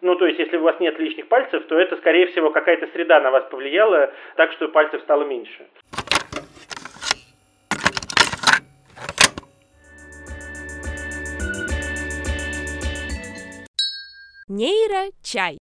Ну, то есть, если у вас нет лишних пальцев, то это, скорее всего, какая-то среда на вас повлияла так, что пальцев стало меньше. Нейрочай.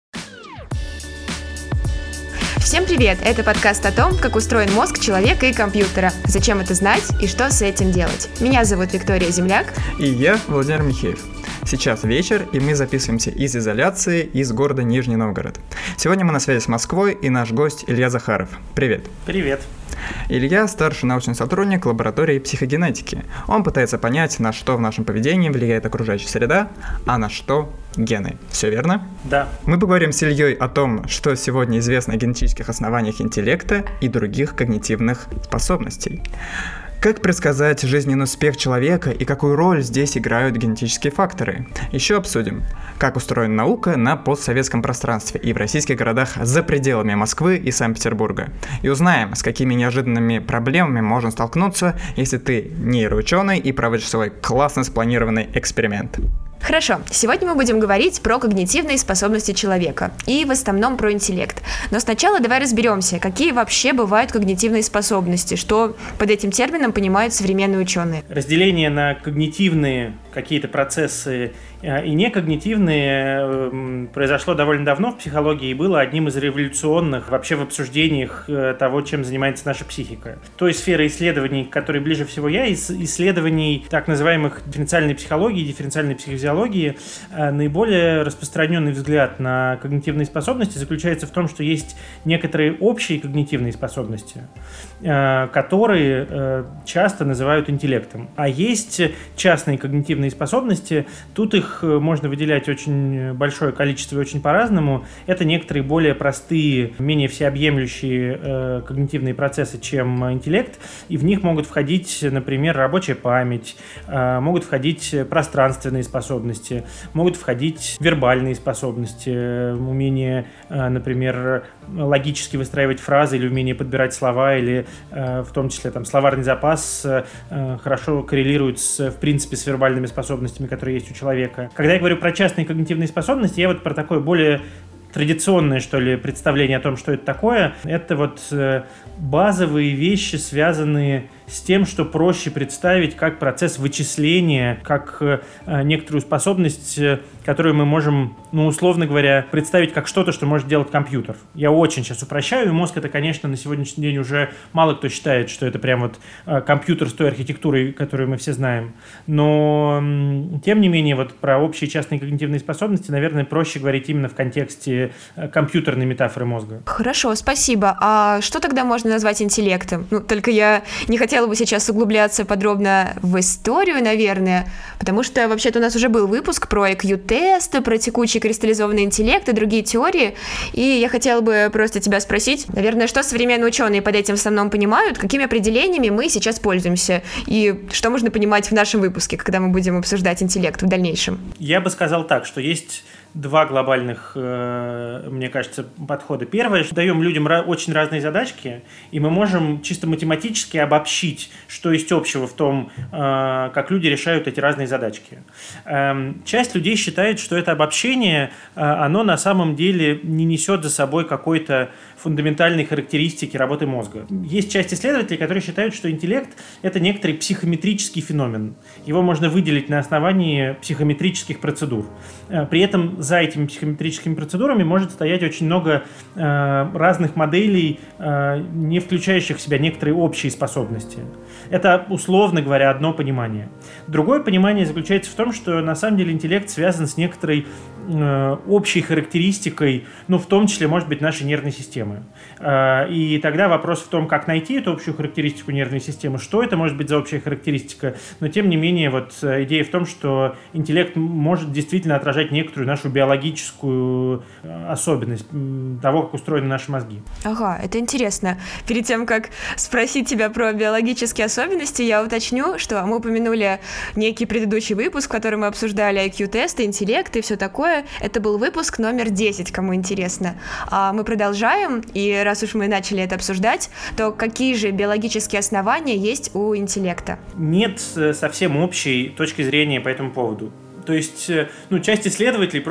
Всем привет! Это подкаст о том, как устроен мозг человека и компьютера, зачем это знать и что с этим делать. Меня зовут Виктория Земляк. И я, Владимир Михеев. Сейчас вечер, и мы записываемся из изоляции из города Нижний Новгород. Сегодня мы на связи с Москвой, и наш гость Илья Захаров. Привет. Привет. Илья – старший научный сотрудник лаборатории психодинетики. Он пытается понять, на что в нашем поведении влияет окружающая среда, а на что гены. Все верно? Да. Мы поговорим с Ильей о том, что сегодня известно о генетических основаниях интеллекта и других когнитивных способностей. Как предсказать жизненный успех человека и какую роль здесь играют генетические факторы? Еще обсудим, как устроена наука на постсоветском пространстве и в российских городах за пределами Москвы и Санкт-Петербурга. И узнаем, с какими неожиданными проблемами можно столкнуться, если ты нейроученый и проводишь свой классно спланированный эксперимент. Хорошо, сегодня мы будем говорить про когнитивные способности человека и в основном про интеллект. Но сначала давай разберемся, какие вообще бывают когнитивные способности, что под этим термином понимают современные ученые. Разделение на когнитивные какие-то процессы и некогнитивные произошло довольно давно в психологии и было одним из революционных вообще в обсуждениях того, чем занимается наша психика. Той сферы исследований, к которой ближе всего я, из исследований так называемых дифференциальной психологии, дифференциальной психофизиологии, наиболее распространенный взгляд на когнитивные способности заключается в том, что есть некоторые общие когнитивные способности, которые часто называют интеллектом. А есть частные когнитивные способности, тут их можно выделять очень большое количество и очень по-разному. Это некоторые более простые, менее всеобъемлющие когнитивные процессы, чем интеллект, и в них могут входить, например, рабочая память, могут входить пространственные способности, могут входить вербальные способности, умение, например, логически выстраивать фразы или умение подбирать слова, или в том числе там, словарный запас хорошо коррелирует в принципе с вербальными способностями, которые есть у человека. Когда я говорю про частные когнитивные способности, я вот про такое более традиционное, что ли, представление о том, что это такое. Это вот базовые вещи, связанные с тем, что проще представить как процесс вычисления, как некоторую способность, которую мы можем, условно говоря, представить как что-то, что может делать компьютер. Я очень сейчас упрощаю, и мозг это, конечно, на сегодняшний день уже мало кто считает, что это прям вот компьютер с той архитектурой, которую мы все знаем. Но, тем не менее, вот про общие частные когнитивные способности, наверное, проще говорить именно в контексте компьютерной метафоры мозга. Хорошо, спасибо. А что тогда можно назвать интеллектом? Только я не хотела бы сейчас углубляться подробно в историю, наверное, потому что вообще-то у нас уже был выпуск про IQ-тесты, про текучий кристаллизованный интеллект и другие теории, и я хотела бы просто тебя спросить, наверное, что современные ученые под этим в основном понимают, какими определениями мы сейчас пользуемся, и что можно понимать в нашем выпуске, когда мы будем обсуждать интеллект в дальнейшем? Я бы сказал так, что есть два глобальных, мне кажется, подхода. Первое, что даем людям очень разные задачки, и мы можем чисто математически обобщить, что есть общего в том, как люди решают эти разные задачки. Часть людей считает, что это обобщение, оно на самом деле не несет за собой какой-то фундаментальной характеристики работы мозга. Есть часть исследователей, которые считают, что интеллект – это некоторый психометрический феномен. Его можно выделить на основании психометрических процедур. При этом за этими психометрическими процедурами может стоять очень много разных моделей, не включающих в себя некоторые общие способности. Это, условно говоря, одно понимание. Другое понимание заключается в том, что на самом деле интеллект связан с некоторой общей характеристикой, в том числе, может быть, нашей нервной системы. И тогда вопрос в том, как найти эту общую характеристику нервной системы, что это может быть за общая характеристика, но тем не менее вот идея в том, что интеллект может действительно отражать некоторую нашу биологическую особенность того, как устроены наши мозги. Ага, это интересно. Перед тем, как спросить тебя про биологические особенности, я уточню, что мы упомянули некий предыдущий выпуск, в котором мы обсуждали IQ-тесты, интеллект и все такое. Это был выпуск номер 10, кому интересно. А мы продолжаем, и раз уж мы начали это обсуждать, то какие же биологические основания есть у интеллекта? Нет совсем общей точки зрения по этому поводу. То есть, часть исследователей просто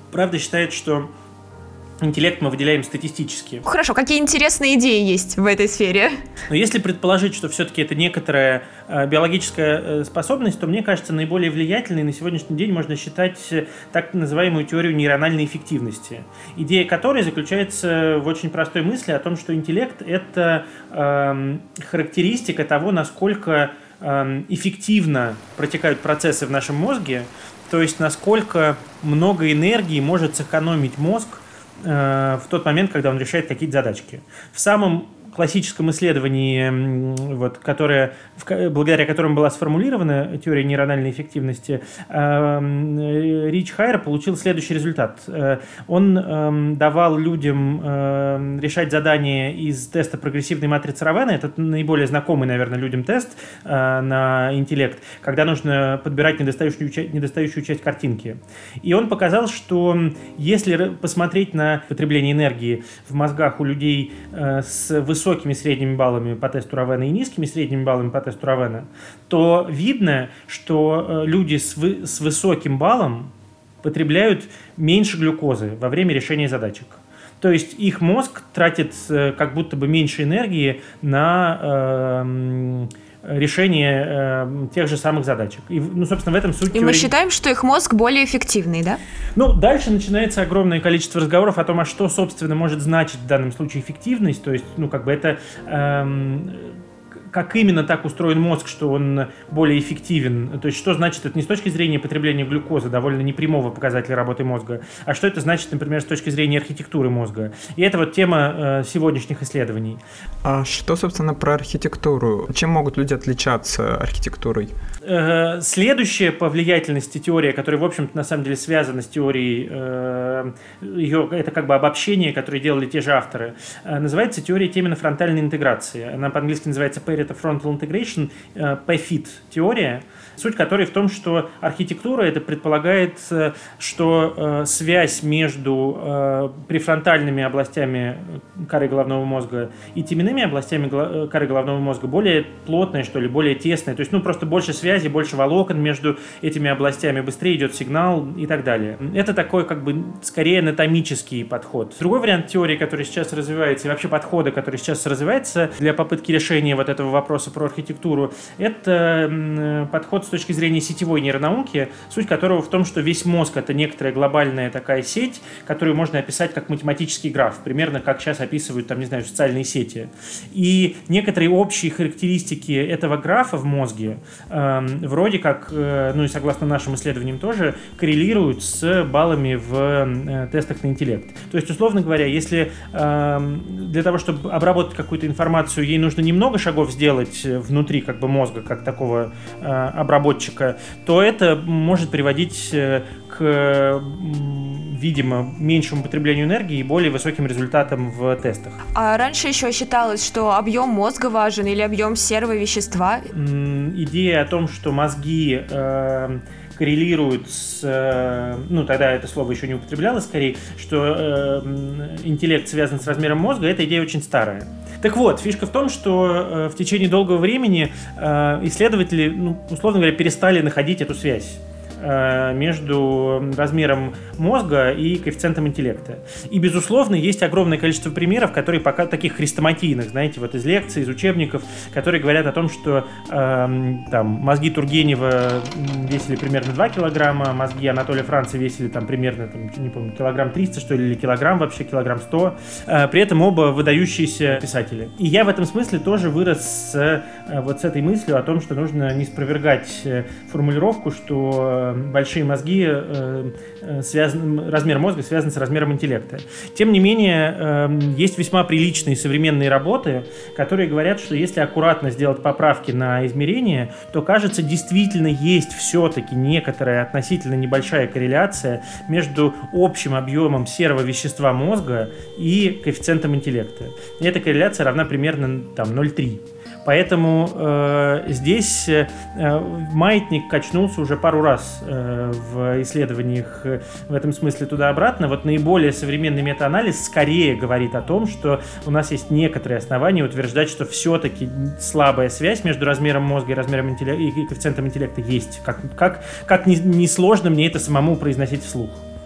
правда считает, что интеллект мы выделяем статистически. Хорошо, какие интересные идеи есть в этой сфере? Но если предположить, что все-таки это некоторая биологическая способность, то, мне кажется, наиболее влиятельной на сегодняшний день можно считать так называемую теорию нейрональной эффективности, идея которой заключается в очень простой мысли о том, что интеллект — это характеристика того, насколько эффективно протекают процессы в нашем мозге, то есть насколько много энергии может сэкономить мозг в тот момент, когда он решает какие-то задачки. В самом классическом исследовании, благодаря которому была сформулирована теория нейрональной эффективности, Рич Хайер получил следующий результат. Он давал людям решать задания из теста прогрессивной матрицы Равена. Это наиболее знакомый, наверное, людям тест на интеллект, когда нужно подбирать недостающую часть картинки. И он показал, что если посмотреть на потребление энергии в мозгах у людей с высокими средними баллами по тесту Равена и низкими средними баллами по тесту Равена, то видно, что люди с высоким баллом потребляют меньше глюкозы во время решения задачек. То есть их мозг тратит как будто бы меньше энергии на решение тех же самых задачек. И, собственно, в этом суть теории. И мы считаем, что их мозг более эффективный, да? Дальше начинается огромное количество разговоров о том, а что, собственно, может значить в данном случае эффективность. То есть, это как именно так устроен мозг, что он более эффективен. То есть, что значит это не с точки зрения потребления глюкозы, довольно непрямого показателя работы мозга, а что это значит, например, с точки зрения архитектуры мозга. И это тема сегодняшних исследований. А что, собственно, про архитектуру? Чем могут люди отличаться архитектурой? Следующая по влиятельности теория, которая, в общем-то, на самом деле связана с теорией, это как бы обобщение, которое делали те же авторы, называется теория теменно-фронтальной интеграции. Она по-английски называется Parieto-Frontal Integration, PFIT теория, суть которой в том, что архитектура это предполагает, что связь между префронтальными областями коры головного мозга и теменными областями коры головного мозга более плотная, что ли, более тесная, то есть просто больше связи, больше волокон между этими областями, быстрее идет сигнал и так далее. Это такой скорее анатомический подход. Другой вариант теории, который сейчас развивается, и вообще подхода, который сейчас развивается для попытки решения этого вопроса про архитектуру, это подход с точки зрения сетевой нейронауки, суть которого в том, что весь мозг — это некоторая глобальная такая сеть, которую можно описать как математический граф, примерно как сейчас описывают, социальные сети. И некоторые общие характеристики этого графа в мозге вроде как, и согласно нашим исследованиям тоже, коррелируют с баллами в тестах на интеллект. То есть, условно говоря, если для того, чтобы обработать какую-то информацию, ей нужно немного шагов сделать внутри мозга, как такого обработчика, то это может приводить к, видимо, меньшему потреблению энергии и более высоким результатам в тестах. А раньше еще считалось, что объем мозга важен или объем серого вещества? Идея о том, что мозги коррелируют с... тогда это слово еще не употреблялось, скорее, что интеллект связан с размером мозга, эта идея очень старая. Так вот, фишка в том, что в течение долгого времени исследователи, условно говоря, перестали находить эту связь между размером мозга и коэффициентом интеллекта. И, безусловно, есть огромное количество примеров, которые пока таких хрестоматийных, из лекций, из учебников, которые говорят о том, что мозги Тургенева весили примерно 2 килограмма, мозги Анатолия Франца весили примерно, не помню, килограмм 300, что ли, или килограмм вообще, килограмм 100. При этом оба выдающиеся писатели. И я в этом смысле тоже вырос с этой мыслью о том, что нужно не спровергать формулировку, что большие мозги размер мозга связан с размером интеллекта. Тем не менее, есть весьма приличные современные работы, которые говорят, что если аккуратно сделать поправки на измерения, то, кажется, действительно есть все-таки некоторая относительно небольшая корреляция между общим объемом серого вещества мозга и коэффициентом интеллекта. И эта корреляция равна примерно 0,3. Поэтому здесь маятник качнулся уже пару раз в исследованиях в этом смысле туда-обратно. Наиболее современный метаанализ скорее говорит о том, что у нас есть некоторые основания утверждать, что все-таки слабая связь между размером мозга и размером интеллекта и коэффициентом интеллекта есть. Как не сложно мне это самому произносить вслух.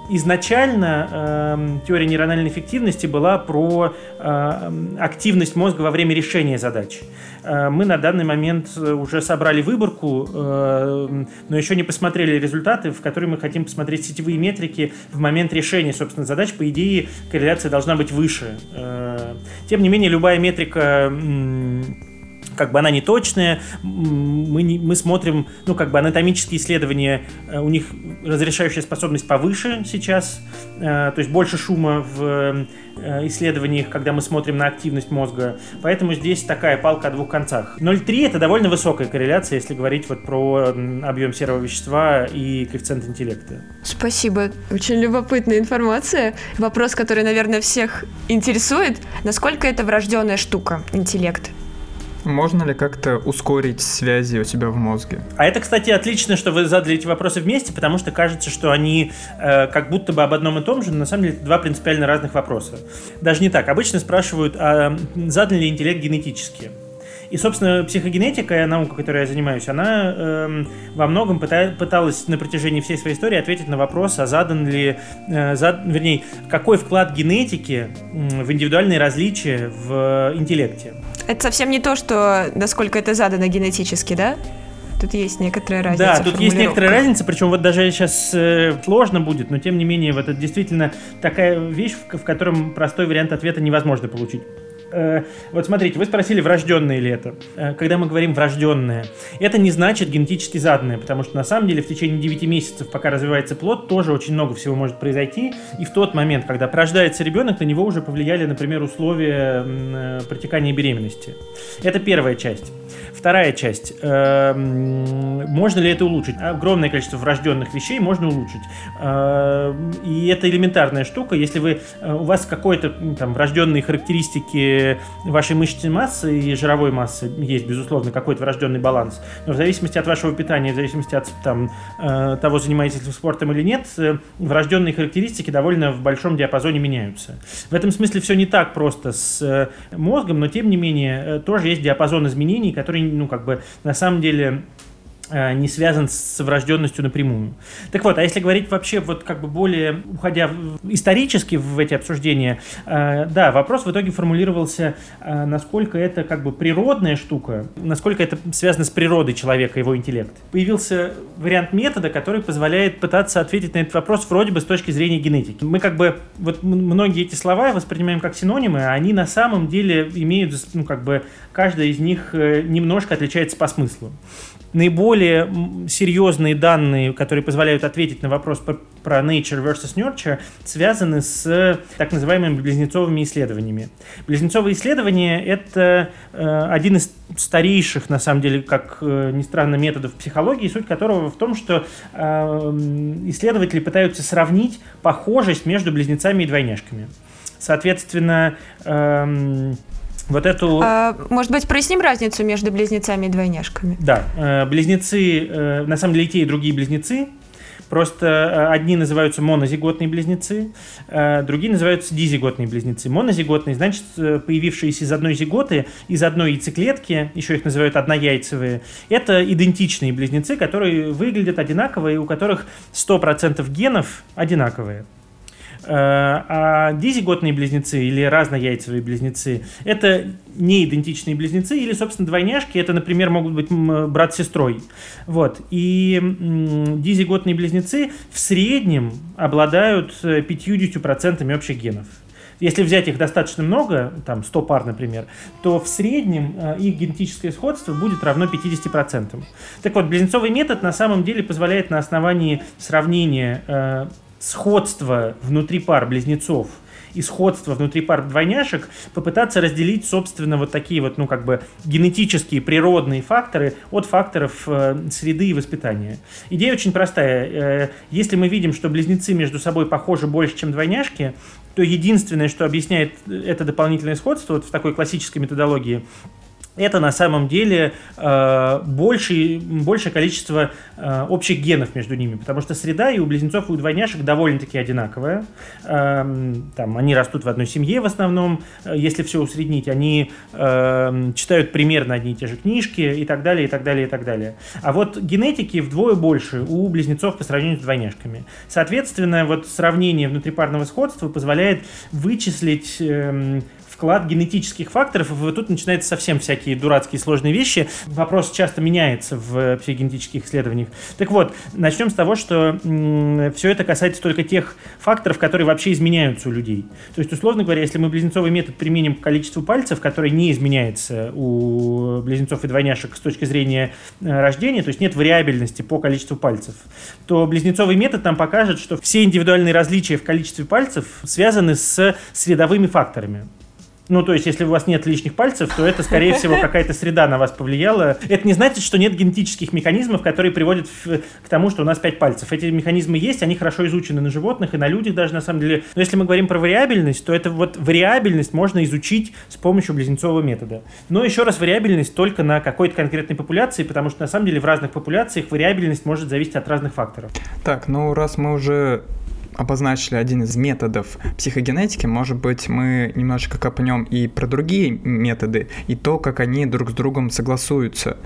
изначально теория нейрональной эффективности была про активность мозга во время решения задач. Мы на данный момент уже собрали выборку, но еще не посмотрели результаты, в которые мы хотим посмотреть сетевые метрики в момент решения, собственно, задач. По идее, корреляция должна быть выше. Тем не менее, любая метрика, как бы она не точная, мы смотрим, анатомические исследования, у них разрешающая способность повыше сейчас, то есть больше шума в исследованиях, когда мы смотрим на активность мозга, поэтому здесь такая палка о двух концах. 0,3 — это довольно высокая корреляция, если говорить про объем серого вещества и коэффициент интеллекта. Спасибо, очень любопытная информация. Вопрос, который, наверное, всех интересует: насколько это врожденная штука, интеллект? Можно ли как-то ускорить связи у себя в мозге? А это, кстати, отлично, что вы задали эти вопросы вместе, потому что кажется, что они как будто бы об одном и том же, но на самом деле это два принципиально разных вопроса. Даже не так. Обычно спрашивают, а задан ли интеллект генетически? И, собственно, психогенетика, наука, которой я занимаюсь, она во многом пыталась на протяжении всей своей истории ответить на вопрос, а какой вклад генетики в индивидуальные различия в интеллекте. Это совсем не то, что насколько это задано генетически, да? Тут есть некоторая разница. Да, тут есть некоторая разница, причем вот даже сейчас сложно будет, но тем не менее, вот это действительно такая вещь, в котором простой вариант ответа невозможно получить. Вот смотрите, вы спросили, врожденное ли это. Когда мы говорим врожденное, это не значит генетически заданное, потому что на самом деле в течение 9 месяцев, пока развивается плод, тоже очень много всего может произойти. И в тот момент, когда рождается ребенок, на него уже повлияли, например, условия протекания беременности. Это первая часть. Вторая часть. Можно ли это улучшить? Огромное количество врожденных вещей можно улучшить. И это элементарная штука. Если у вас какой-то врожденные характеристики вашей мышечной массы и жировой массы есть, безусловно, какой-то врожденный баланс. Но в зависимости от вашего питания, в зависимости от того, занимаетесь ли вы спортом или нет, врожденные характеристики довольно в большом диапазоне меняются. В этом смысле все не так просто с мозгом, но тем не менее тоже есть диапазон изменений, который на самом деле не связан с врожденностью напрямую. Так вот, а если говорить вообще более, уходя исторически в эти обсуждения, да, вопрос в итоге формулировался, насколько это природная штука, насколько это связано с природой человека, его интеллект. Появился вариант метода, который позволяет пытаться ответить на этот вопрос вроде бы с точки зрения генетики. Мы многие эти слова воспринимаем как синонимы, а они на самом деле имеют, каждая из них немножко отличается по смыслу. Наиболее серьезные данные, которые позволяют ответить на вопрос про nature versus nurture, связаны с так называемыми близнецовыми исследованиями. Близнецовые исследования – это один из старейших, на самом деле, как ни странно, методов психологии, суть которого в том, что исследователи пытаются сравнить похожесть между близнецами и двойняшками. Соответственно, может быть, проясним разницу между близнецами и двойняшками? Да, близнецы, на самом деле, и те, и другие близнецы. Просто одни называются монозиготные близнецы, другие называются дизиготные близнецы. Монозиготные, значит, появившиеся из одной зиготы, из одной яйцеклетки, еще их называют однояйцевые. Это идентичные близнецы, которые выглядят одинаково и у которых 100% генов одинаковые. А дизиготные близнецы или разнояйцевые близнецы – это неидентичные близнецы или, собственно, двойняшки. Это, например, могут быть брат с сестрой. Вот. И дизиготные близнецы в среднем обладают 50% общих генов. Если взять их достаточно много, 100 пар, например, то в среднем их генетическое сходство будет равно 50%. Так вот, близнецовый метод на самом деле позволяет на основании сравнения сходства внутри пар близнецов и сходства внутри пар двойняшек попытаться разделить, собственно, такие генетические природные факторы от факторов среды и воспитания. Идея очень простая. Если мы видим, что близнецы между собой похожи больше, чем двойняшки, то единственное, что объясняет это дополнительное сходство в такой классической методологии, это на самом деле большее количество общих генов между ними, потому что среда и у близнецов, и у двойняшек довольно-таки одинаковая. Там, они растут в одной семье в основном, если все усреднить, они читают примерно одни и те же книжки и так далее, и так далее, и так далее. А вот генетики вдвое больше у близнецов по сравнению с двойняшками. Соответственно, вот сравнение внутрипарного сходства позволяет вычислить вклад генетических факторов, и вот тут начинаются совсем всякие дурацкие сложные вещи. Вопрос часто меняется в психогенетических исследованиях. Так вот, начнем с того, что все это касается только тех факторов, которые вообще изменяются у людей. То есть, условно говоря, если мы близнецовый метод применим к количеству пальцев, который не изменяется у близнецов и двойняшек с точки зрения рождения, то есть нет вариабельности по количеству пальцев, то близнецовый метод нам покажет, что все индивидуальные различия в количестве пальцев связаны с средовыми факторами. Ну, то есть, если у вас нет лишних пальцев, то это, скорее всего, какая-то среда на вас повлияла. Это не значит, что нет генетических механизмов, которые приводят к тому, что у нас 5 пальцев. Эти механизмы есть, они хорошо изучены на животных и на людях даже, на самом деле. Но если мы говорим про вариабельность, то это вот вариабельность можно изучить с помощью близнецового метода. Но еще раз, вариабельность только на какой-то конкретной популяции, потому что, на самом деле, в разных популяциях вариабельность может зависеть от разных факторов. Так, ну, раз мы уже обозначили один из методов психогенетики, может быть, мы немножечко копнем и про другие методы, и то, как они друг с другом согласуются.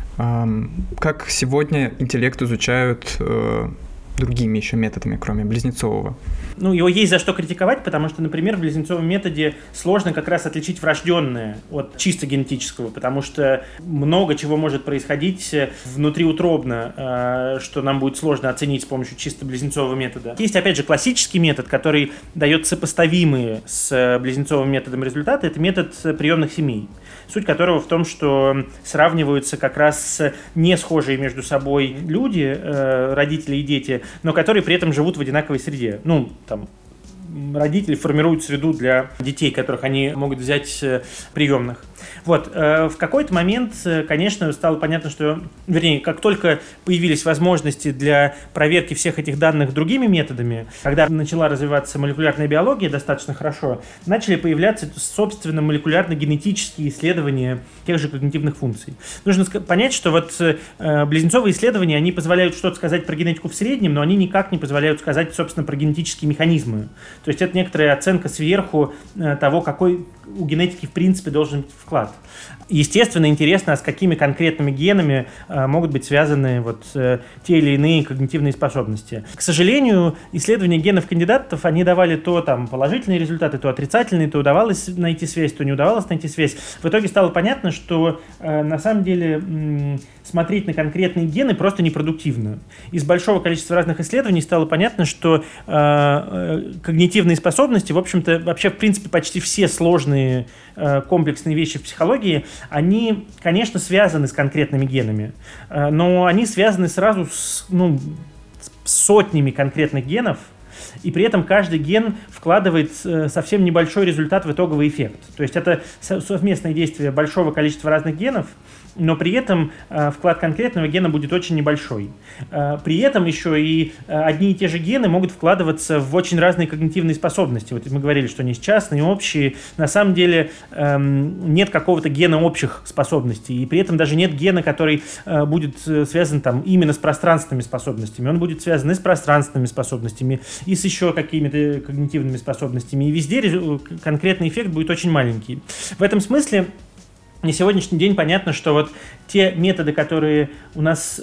Как сегодня интеллект изучают другими еще методами, кроме близнецового? Ну, его есть за что критиковать, потому что, например, в близнецовом методе сложно как раз отличить врожденное от чисто генетического, потому что много чего может происходить внутриутробно, что нам будет сложно оценить с помощью чисто близнецового метода. Есть, опять же, классический метод, который дает сопоставимые с близнецовым методом результаты. Это метод приемных семей, суть которого в том, что сравниваются как раз не схожие между собой люди, родители и дети, но которые при этом живут в одинаковой среде. Ну, там, родители формируют среду для детей, которых они могут взять приемных. Вот, в какой-то момент, конечно, стало понятно, что, вернее, как только появились возможности для проверки всех этих данных другими методами, когда начала развиваться молекулярная биология достаточно хорошо, начали появляться, собственно, молекулярно-генетические исследования тех же когнитивных функций. Нужно понять, что вот близнецовые исследования, они позволяют что-то сказать про генетику в среднем, но они никак не позволяют сказать, собственно, про генетические механизмы. То есть это некоторая оценка сверху того, какой у генетики в принципе должен быть вклад. Естественно, интересно, а с какими конкретными генами могут быть связаны вот те или иные когнитивные способности. К сожалению, исследования генов кандидатов, они давали то там положительные результаты, то отрицательные, то удавалось найти связь, то не удавалось найти связь. В итоге стало понятно, что на самом деле смотреть на конкретные гены просто непродуктивно. Из большого количества разных исследований стало понятно, что когнитивные способности, в общем-то, вообще, в принципе, почти все сложные комплексные вещи в психологии, они, конечно, связаны с конкретными генами, но они связаны сразу с сотнями конкретных генов, и при этом каждый ген вкладывает совсем небольшой результат в итоговый эффект. То есть это совместное действие большого количества разных генов, но при этом вклад конкретного гена будет очень небольшой. При этом еще и одни и те же гены могут вкладываться в очень разные когнитивные способности. Вот мы говорили, что они частные, общие. На самом деле нет какого-то гена общих способностей, и при этом даже нет гена, который будет связан там именно с пространственными способностями. Он будет связан и с пространственными способностями, и с еще какими-то когнитивными способностями. И везде конкретный эффект будет очень маленький. В этом смысле на сегодняшний день понятно, что вот те методы, которые у нас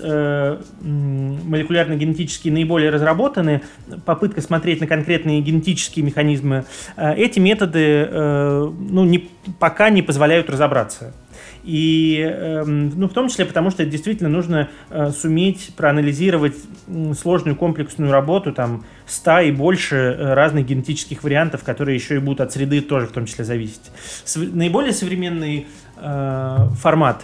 молекулярно-генетически наиболее разработаны, попытка смотреть на конкретные генетические механизмы, эти методы пока не позволяют разобраться. И, в том числе потому, что действительно нужно суметь проанализировать сложную комплексную работу, там, 100 и больше разных генетических вариантов, которые еще и будут от среды тоже в том числе зависеть. Наиболее современный формат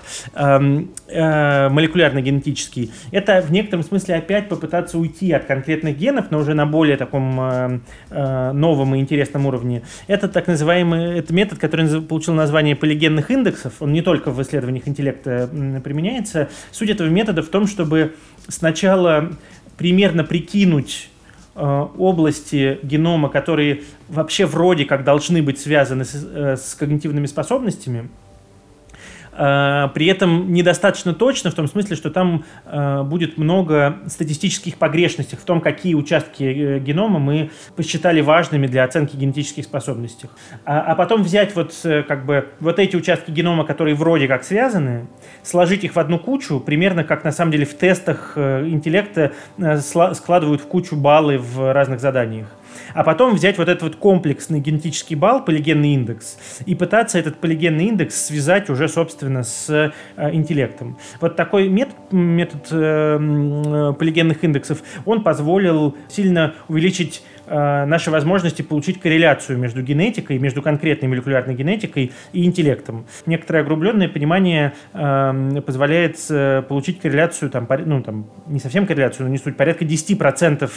молекулярно-генетический, это в некотором смысле опять попытаться уйти от конкретных генов, но уже на более таком новом и интересном уровне. Это так называемый метод, который получил название полигенных индексов. Он не только в исследованиях интеллекта применяется. Суть этого метода в том, чтобы сначала примерно прикинуть области генома, которые вообще вроде как должны быть связаны с когнитивными способностями, при этом недостаточно точно в том смысле, что там будет много статистических погрешностей в том, какие участки генома мы посчитали важными для оценки генетических способностей. А потом взять вот эти участки генома, которые вроде как связаны, сложить их в одну кучу, примерно как на самом деле в тестах интеллекта складывают в кучу баллы в разных заданиях. А потом взять вот этот вот комплексный генетический балл, полигенный индекс, и пытаться этот полигенный индекс связать уже, собственно, с интеллектом. Вот такой метод полигенных индексов, он позволил сильно увеличить наши возможности получить корреляцию между генетикой, между конкретной молекулярной генетикой и интеллектом. Некоторое огрубленное понимание позволяет получить корреляцию, не совсем корреляцию, но не суть, порядка 10%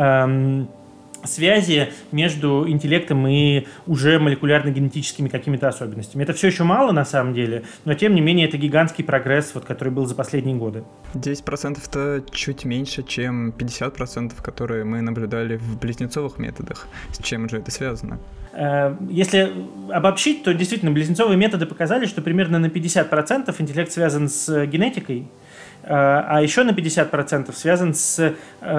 связи между интеллектом и уже молекулярно-генетическими какими-то особенностями. Это все еще мало на самом деле, но тем не менее это гигантский прогресс, который был за последние годы. 10%-то чуть меньше, чем 50%, которые мы наблюдали в близнецовых методах. С чем же это связано? Если обобщить, то действительно близнецовые методы показали, что примерно на 50% интеллект связан с генетикой, а еще на 50% связан с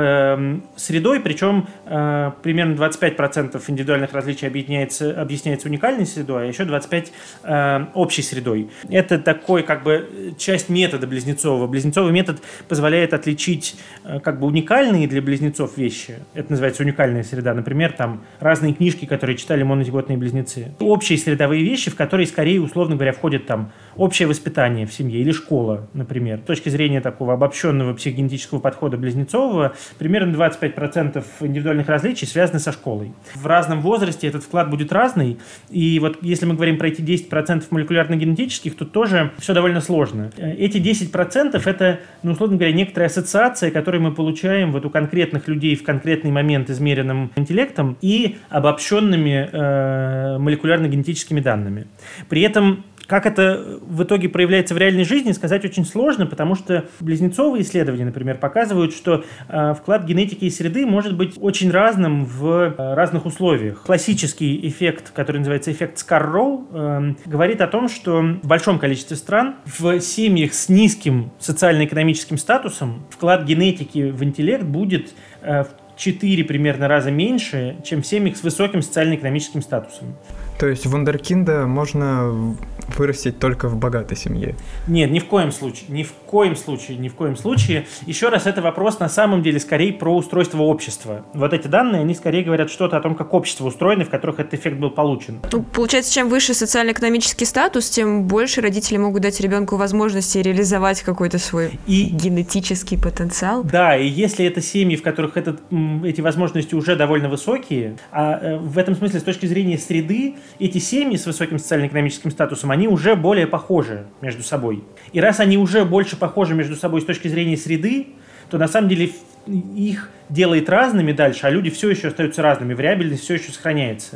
средой, причем примерно 25% индивидуальных различий объясняется уникальной средой, а еще 25% общей средой. Это такой часть метода близнецового. Близнецовый метод позволяет отличить уникальные для близнецов вещи. Это называется уникальная среда. Например, разные книжки, которые читали монозиготные близнецы. Общие средовые вещи, в которые скорее, условно говоря, входят общее воспитание в семье или школа, например. С точки зрения такого обобщенного психогенетического подхода близнецового, примерно 25% индивидуальных различий связаны со школой. В разном возрасте этот вклад будет разный, и вот если мы говорим про эти 10% молекулярно-генетических, тут тоже все довольно сложно. Эти 10% это, условно говоря, некоторая ассоциация, которую мы получаем у конкретных людей в конкретный момент измеренным интеллектом и обобщенными молекулярно-генетическими данными. При этом как это в итоге проявляется в реальной жизни, сказать очень сложно, потому что близнецовые исследования, например, показывают, что вклад генетики и среды может быть очень разным в разных условиях. Классический эффект, который называется эффект Скарроу, говорит о том, что в большом количестве стран в семьях с низким социально-экономическим статусом вклад генетики в интеллект будет в 4 примерно раза меньше, чем в семьях с высоким социально-экономическим статусом. То есть вундеркинда можно вырастить только в богатой семье? Нет, ни в коем случае. Ни в коем случае. Еще раз, это вопрос на самом деле скорее про устройство общества. Вот эти данные, они скорее говорят что-то о том, как общество устроено, в которых этот эффект был получен. Получается, чем выше социально-экономический статус, тем больше родители могут дать ребенку возможности реализовать какой-то свой генетический потенциал. Да, и если это семьи, в которых эти возможности уже довольно высокие, а в этом смысле с точки зрения среды, эти семьи с высоким социально-экономическим статусом, они уже более похожи между собой. И раз они уже больше похожи между собой с точки зрения среды, то на самом деле их делает разными дальше, а люди все еще остаются разными, вариабельность все еще сохраняется.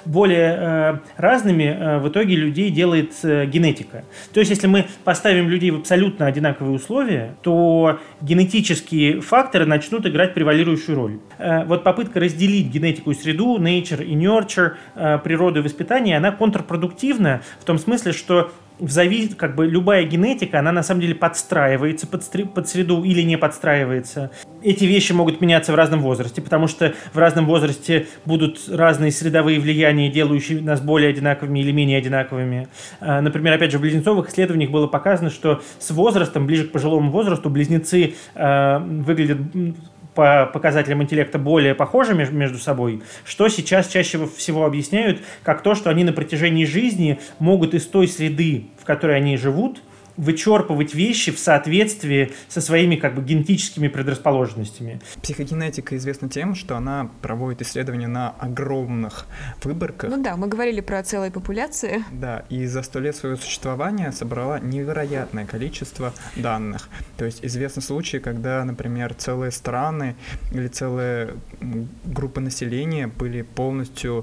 Более разными в итоге людей делает генетика. То есть, если мы поставим людей в абсолютно одинаковые условия, то генетические факторы начнут играть превалирующую роль. Вот попытка разделить генетику и среду, nature и nurture, природу и воспитание, она контрпродуктивна в том смысле, что любая генетика, она на самом деле подстраивается под среду или не подстраивается. Эти вещи могут меняться в разном возрасте, потому что в разном возрасте будут разные средовые влияния, делающие нас более одинаковыми или менее одинаковыми. Например, опять же, в близнецовых исследованиях было показано, что с возрастом, ближе к пожилому возрасту, близнецы выглядят по показателям интеллекта более похожи между собой, что сейчас чаще всего объясняют как то, что они на протяжении жизни могут из той среды, в которой они живут, вычерпывать вещи в соответствии со своими генетическими предрасположенностями. Психогенетика известна тем, что она проводит исследования на огромных выборках. Ну да, мы говорили про целые популяции. Да, и за 100 лет своего существования собрала невероятное количество данных. То есть известны случаи, когда, например, целые страны или целые группы населения были полностью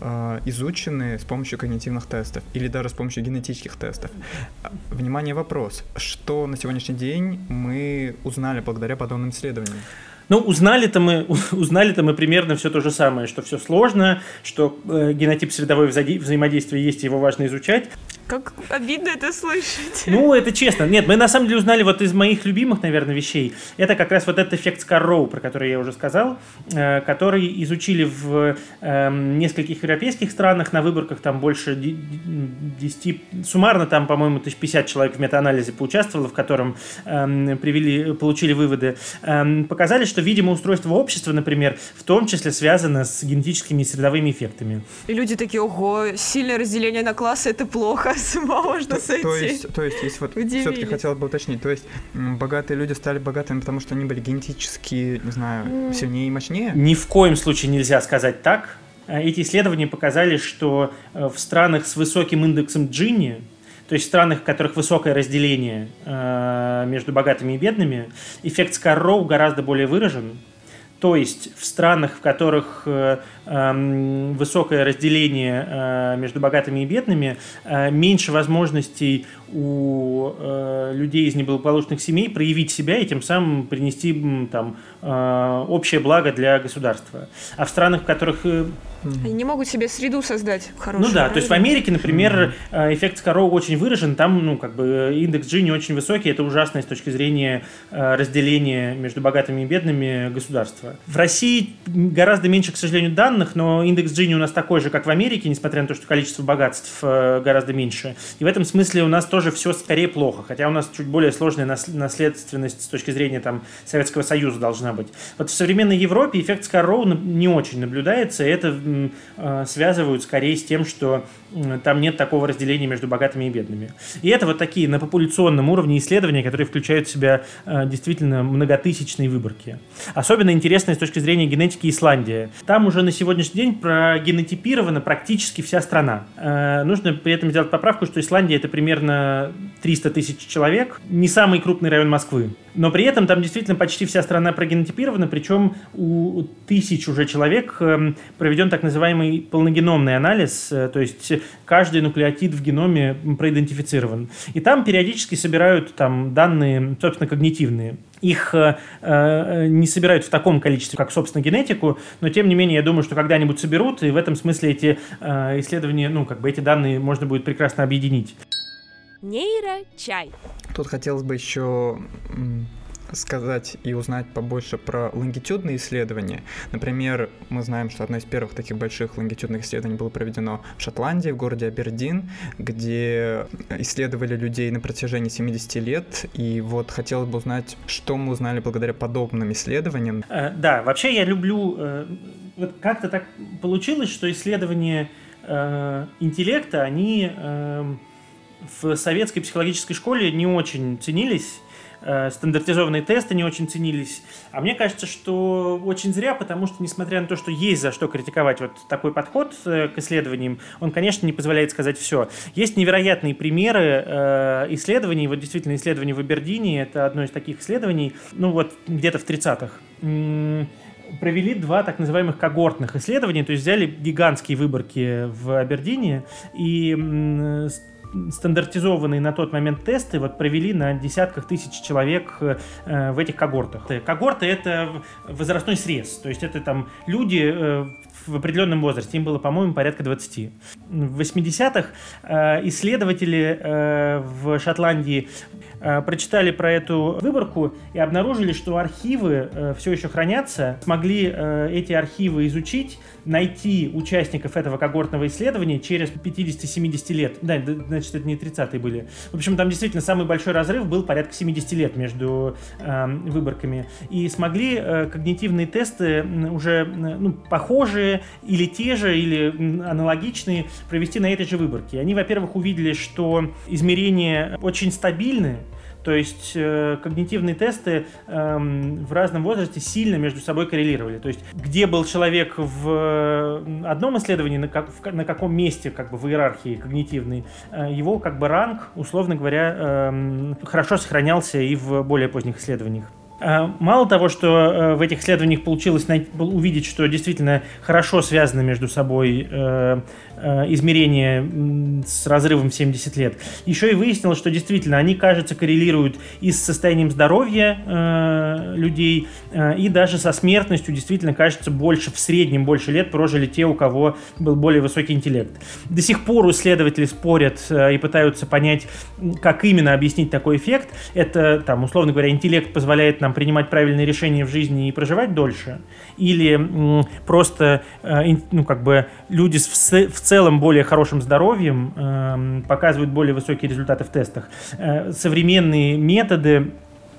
изучены с помощью когнитивных тестов или даже с помощью генетических тестов. Внимание, вопрос. Что на сегодняшний день мы узнали благодаря подобным исследованиям? Узнали-то мы примерно все то же самое, что все сложно, что генотип средовое взаимодействие есть, его важно изучать. Как обидно это слышать. Ну, это честно. Нет, мы на самом деле узнали вот из моих любимых, наверное, вещей. Это как раз вот этот эффект Скарроу, про который я уже сказал, который изучили в нескольких европейских странах на выборках, там больше 10, суммарно там, по-моему, 1050 человек в метаанализе поучаствовало, в котором получили выводы. Показали, что, видимо, устройство общества, например, в том числе связано с генетическими и средовыми эффектами. И люди такие: ого, сильное разделение на классы — это плохо. С ума можно сойти. То есть, если вот все-таки хотелось бы уточнить, то есть богатые люди стали богатыми, потому что они были генетически, не знаю, сильнее и мощнее? Ни в коем случае нельзя сказать так. Эти исследования показали, что в странах с высоким индексом Джини, то есть в странах, в которых высокое разделение между богатыми и бедными, эффект Скарроу гораздо более выражен. То есть в странах, в которых высокое разделение между богатыми и бедными, меньше возможностей у людей из неблагополучных семей проявить себя и тем самым принести там общее благо для государства. А в странах, в которых... Они не могут себе среду создать хорошую. Ну да, то есть в Америке, например, эффект Скарроу очень выражен, там, ну, как бы индекс Джини очень высокий, это ужасно с точки зрения разделения между богатыми и бедными государства. В России гораздо меньше, к сожалению, данных, но индекс Джини у нас такой же, как в Америке, несмотря на то, что количество богатств гораздо меньше. И в этом смысле у нас тоже все скорее плохо, хотя у нас чуть более сложная наследственность с точки зрения там Советского Союза должна быть. Вот в современной Европе эффект Скарроу не очень наблюдается, и это связывают скорее с тем, что там нет такого разделения между богатыми и бедными. И это вот такие на популяционном уровне исследования, которые включают в себя действительно многотысячные выборки. Особенно интересная с точки зрения генетики Исландия. Там уже на сегодняшний день прогенотипирована практически вся страна. Нужно при этом сделать поправку, что Исландия — это примерно 300 тысяч человек, не самый крупный район Москвы. Но при этом там действительно почти вся страна прогенотипирована, причем у тысяч уже человек проведен так называемый полногеномный анализ, то есть каждый нуклеотид в геноме проидентифицирован. И там периодически собирают там данные, собственно, когнитивные. Их не собирают в таком количестве, как, собственно, генетику, но, тем не менее, я думаю, что когда-нибудь соберут, и в этом смысле эти исследования, ну, как бы эти данные можно будет прекрасно объединить. Нейрочай. Тут хотелось бы еще сказать и узнать побольше про лонгитюдные исследования. Например, мы знаем, что одно из первых таких больших лонгитюдных исследований было проведено в Шотландии, в городе Абердин, где исследовали людей на протяжении 70 лет. И вот хотелось бы узнать, что мы узнали благодаря подобным исследованиям. Да, вообще я люблю... Вот как-то так получилось, что исследования интеллекта, они в советской психологической школе не очень ценились. Стандартизованные тесты не очень ценились. А мне кажется, что очень зря, потому что, несмотря на то, что есть за что критиковать вот такой подход к исследованиям, он, конечно, не позволяет сказать все. Есть невероятные примеры исследований. Вот действительно исследование в Абердине — это одно из таких исследований, ну вот где-то в 30-х. Провели 2 так называемых когортных исследования, то есть взяли гигантские выборки в Абердине и стандартизованные на тот момент тесты вот провели на десятках тысяч человек в этих когортах. Когорты — это возрастной срез, то есть это там люди в определенном возрасте, им было, по-моему, порядка 20. В 80-х исследователи в Шотландии прочитали про эту выборку и обнаружили, что архивы все еще хранятся, смогли эти архивы изучить, найти участников этого когортного исследования через 50-70 лет. Да, значит, это не 30-е были. В общем, там действительно самый большой разрыв был порядка 70 лет между выборками. И смогли когнитивные тесты уже похожие или те же, или аналогичные провести на этой же выборке. Они, во-первых, увидели, что измерения очень стабильны. То есть когнитивные тесты в разном возрасте сильно между собой коррелировали. То есть где был человек в одном исследовании, на каком месте как бы в иерархии когнитивной, его как бы ранг, условно говоря, хорошо сохранялся и в более поздних исследованиях. Мало того, что в этих исследованиях получилось увидеть, что действительно хорошо связаны между собой измерения с разрывом в 70 лет, еще и выяснилось, что действительно они, кажется, коррелируют и с состоянием здоровья людей, и даже со смертностью. Действительно, кажется, в среднем больше лет прожили те, у кого был более высокий интеллект. До сих пор исследователи спорят и пытаются понять, как именно объяснить такой эффект. Это, условно говоря, интеллект позволяет нам принимать правильные решения в жизни и проживать дольше, или просто люди в целом более хорошим здоровьем показывают более высокие результаты в тестах. Современные методы,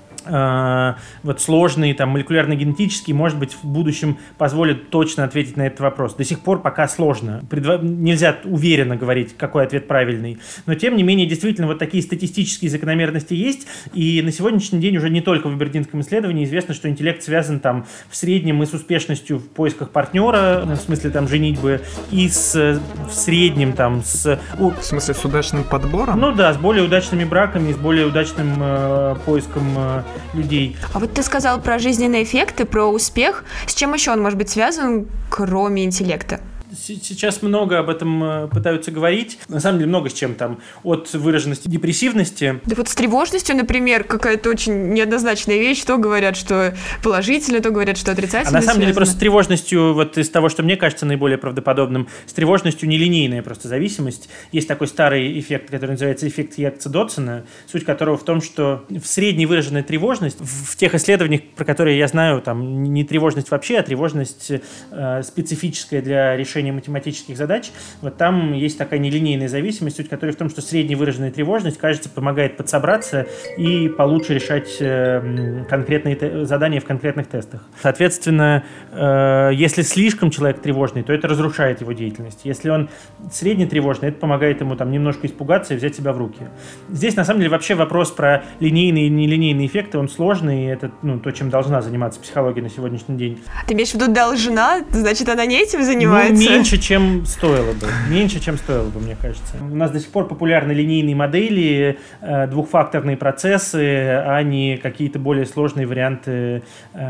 сложные, молекулярно-генетические, может быть, в будущем позволят точно ответить на этот вопрос. До сих пор пока сложно. Нельзя уверенно говорить, какой ответ правильный. Но, тем не менее, действительно, такие статистические закономерности есть. И на сегодняшний день уже не только в абердинском исследовании известно, что интеллект связан в среднем и с успешностью в поисках партнера, в смысле женитьбы, и в среднем В смысле, с удачным подбором? С более удачными браками, с более удачным поиском людей. А вот ты сказал про жизненные эффекты, про успех. С чем еще он может быть связан, кроме интеллекта? Сейчас много об этом пытаются говорить. На самом деле много с чем от выраженности депрессивности. Да с тревожностью, например, какая-то очень неоднозначная вещь. То говорят, что положительно, то говорят, что отрицательно. А на самом деле просто с тревожностью, из того, что мне кажется наиболее правдоподобным, с тревожностью нелинейная просто зависимость. Есть такой старый эффект, который называется эффект Ятца-Доцена, суть которого в том, что в средней выраженная тревожность, в тех исследованиях, про которые я знаю, не тревожность вообще, а тревожность специфическая для решения математических задач, там есть такая нелинейная зависимость, суть которой в том, что средняя выраженная тревожность, кажется, помогает подсобраться и получше решать конкретные задания в конкретных тестах. Соответственно, если слишком человек тревожный, то это разрушает его деятельность. Если он среднетревожный, это помогает ему немножко испугаться и взять себя в руки. Здесь, на самом деле, вообще вопрос про линейные и нелинейные эффекты, он сложный, и это то, чем должна заниматься психология на сегодняшний день. Ты имеешь в виду должна? Значит, она не этим занимается? Меньше, чем стоило бы, мне кажется. У нас до сих пор популярны линейные модели, двухфакторные процессы, а не какие-то более сложные варианты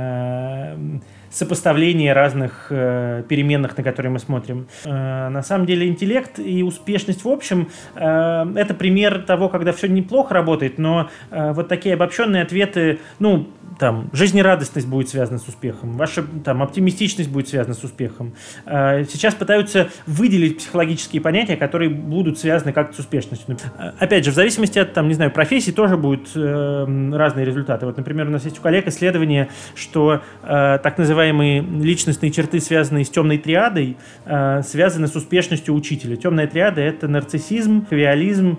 сопоставления разных переменных, на которые мы смотрим. На самом деле интеллект и успешность в общем это пример того, когда все неплохо работает, но такие обобщенные ответы, жизнерадостность будет связана с успехом, ваша оптимистичность будет связана с успехом. Сейчас пытаются выделить психологические понятия, которые будут связаны как-то с успешностью. Опять же, в зависимости от профессии тоже будут разные результаты. Например, у нас есть у коллег исследование, что так называемые личностные черты, связанные с темной триадой, связаны с успешностью учителя. Темная триада — это нарциссизм, хавиализм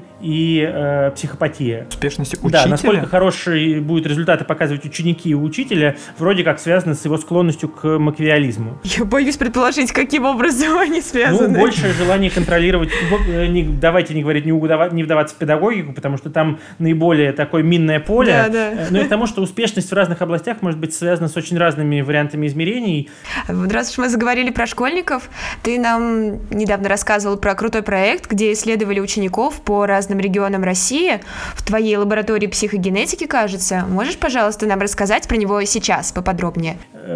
и психопатия. Успешность учителя? Да, насколько хорошие будут результаты показывать ученики и учителя, вроде как связаны с его склонностью к макиавеллизму. Я боюсь предположить, каким образом они связаны. Большее желание контролировать. Давайте не говорить, не вдаваться в педагогику, потому что там наиболее такое минное поле. Да. Но и к тому, что успешность в разных областях может быть связана с очень разными вариантами измерений. Раз уж мы заговорили про школьников, ты нам недавно рассказывал про крутой проект, где исследовали учеников по разным регионам России. В твоей лаборатории психогенетики, кажется. Можешь, пожалуйста, нам рассказать про него сейчас поподробнее?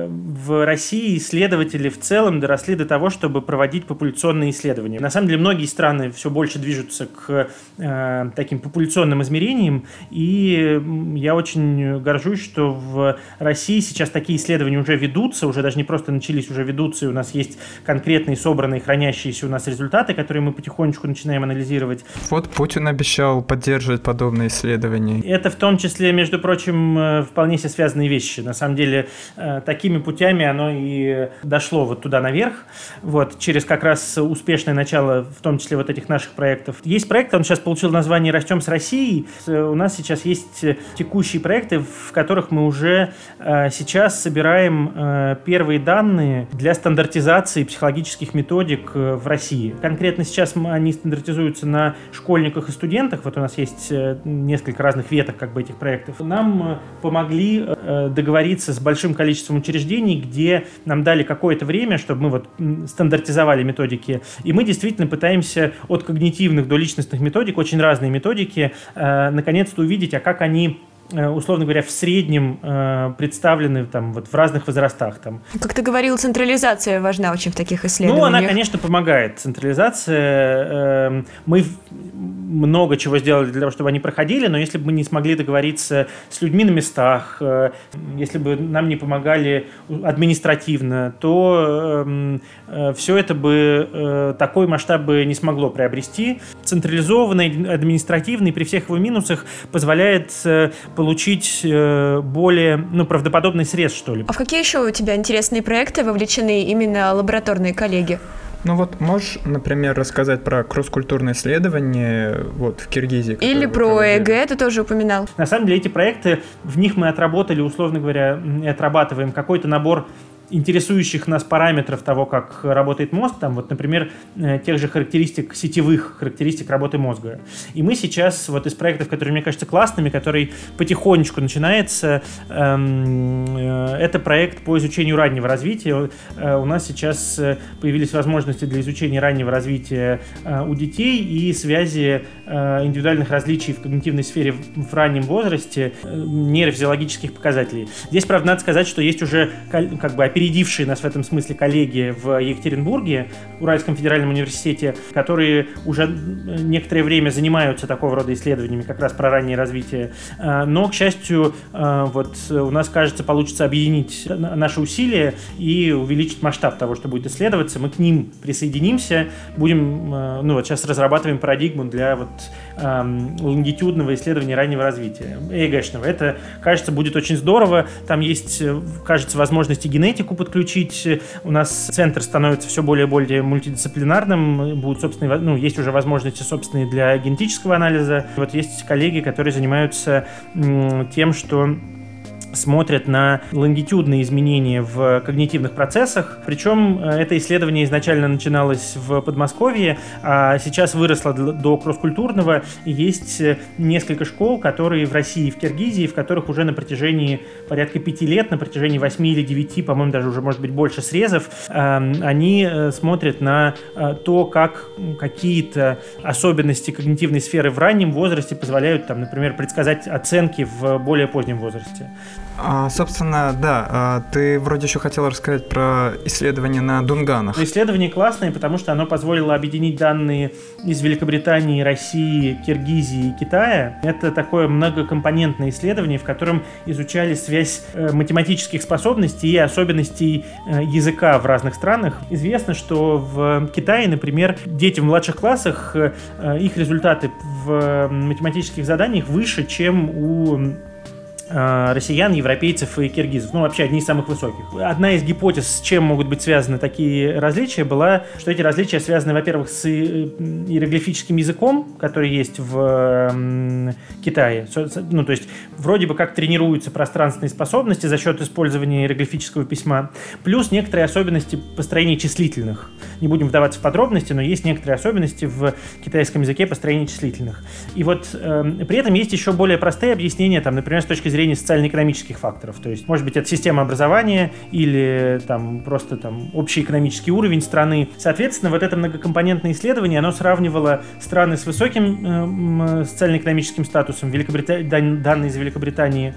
В России исследователи в целом доросли до того, чтобы проводить популяционные исследования. На самом деле, многие страны все больше движутся к таким популяционным измерениям, и я очень горжусь, что в России сейчас такие исследования уже ведутся, уже даже не просто начались, уже ведутся, и у нас есть конкретные, собранные, хранящиеся у нас результаты, которые мы потихонечку начинаем анализировать. Путин обещал поддерживать подобные исследования. Это в том числе, между прочим, вполне себе связанные вещи. На самом деле, такими путями оно и дошло туда наверх, через как раз успешное начало, в том числе этих наших проектов. Есть проект, он сейчас получил название «Растем с Россией». У нас сейчас есть текущие проекты, в которых мы уже сейчас собираем первые данные для стандартизации психологических методик в России. Конкретно сейчас они стандартизуются на школьниках и студентах. У нас есть несколько разных веток этих проектов. Нам помогли договориться с большим количеством учреждений, где нам дали какое-то время, чтобы мы стандартизовали методики. И мы действительно пытаемся от когнитивных до личностных методик, очень разные методики, наконец-то увидеть, как они условно говоря, в среднем представлены там, вот, в разных возрастах. Там. Как ты говорил, централизация важна очень в таких исследованиях. Ну, она, конечно, помогает. Централизация. Мы много чего сделали для того, чтобы они проходили, но если бы мы не смогли договориться с людьми на местах, если бы нам не помогали административно, то все это бы такой масштаб бы не смогло приобрести. Централизованный, административный, при всех его минусах, позволяет получить более правдоподобный срез, что ли. А в какие еще у тебя интересные проекты вовлечены именно лабораторные коллеги? Ну вот можешь, например, рассказать про кросс-культурное исследование вот в Киргизии? Или про ЕГЭ, ты тоже упоминал. На самом деле эти проекты, в них мы отработали, условно говоря, и отрабатываем какой-то набор интересующих нас параметров того, как работает мозг, там, вот, например, тех же характеристик, сетевых характеристик работы мозга. И мы сейчас вот из проектов, которые, мне кажется, классными, который потихонечку начинается, это проект по изучению раннего развития. У нас сейчас появились возможности для изучения раннего развития у детей и связи индивидуальных различий в когнитивной сфере в раннем возрасте, нейрофизиологических показателей. Здесь, правда, надо сказать, что есть уже как бы опередившие нас в этом смысле коллеги в Екатеринбурге, в Уральском федеральном университете, которые уже некоторое время занимаются такого рода исследованиями, как раз про раннее развитие. Но, к счастью, вот у нас, кажется, получится объединить наши усилия и увеличить масштаб того, что будет исследоваться. Мы к ним присоединимся, будем, вот сейчас разрабатываем парадигму для вот лонгитюдного исследования раннего развития, ЕГЭшного. Это, кажется, будет очень здорово. Там есть, кажется, возможности генетику подключить. У нас центр становится все более и более мультидисциплинарным. Будут собственные, есть уже возможности собственные для генетического анализа. Вот есть коллеги, которые занимаются тем, что смотрят на лонгитюдные изменения в когнитивных процессах. Причем это исследование изначально начиналось в Подмосковье, а сейчас выросло до кросс-культурного. И есть несколько школ, которые в России и в Киргизии, в которых уже на протяжении порядка 5 лет, на протяжении 8 или 9, по-моему, даже уже, может быть, больше срезов, они смотрят на то, как какие-то особенности когнитивной сферы в раннем возрасте позволяют, там, например, предсказать оценки в более позднем возрасте. Собственно, да, ты вроде еще хотел рассказать про исследование на дунганах. Исследование классное, потому что оно позволило объединить данные из Великобритании, России, Киргизии и Китая. Это такое многокомпонентное исследование, в котором изучали связь математических способностей и особенностей языка в разных странах. Известно, что в Китае, например, дети в младших классах, их результаты в математических заданиях выше, чем у россиян, европейцев и киргизов. Вообще одни из самых высоких. Одна из гипотез, с чем могут быть связаны такие различия, была, что эти различия связаны, во-первых, с иероглифическим языком, который есть в Китае. То есть вроде бы как тренируются пространственные способности за счет использования иероглифического письма, плюс некоторые особенности построения числительных. Не будем вдаваться в подробности, но есть некоторые особенности в китайском языке построения числительных. И вот при этом есть еще более простые объяснения, там, например, с точки зрения социально-экономических факторов. То есть, может быть, это система образования или просто общий экономический уровень страны. Соответственно, вот это многокомпонентное исследование, оно сравнивало страны с высоким социально-экономическим статусом, данные из Великобритании,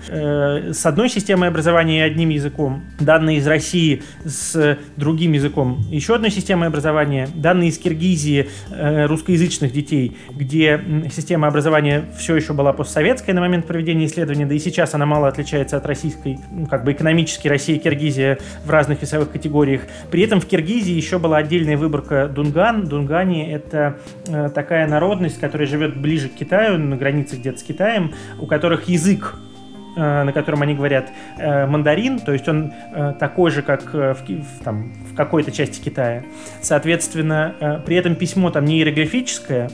с одной системой образования и одним языком, данные из России с другим языком, еще одной системой образования, данные из Киргизии русскоязычных детей, где система образования все еще была постсоветская на момент проведения исследования, да и сейчас она мало отличается от российской, экономически Россия и Киргизия в разных весовых категориях. При этом в Киргизии еще была отдельная выборка дунган. Дунгане — это такая народность, которая живет ближе к Китаю, на границе где-то с Китаем, у которых язык, на котором они говорят, мандарин, то есть он такой же, как в какой-то части Китая. Соответственно, при этом письмо там не иероглифическое,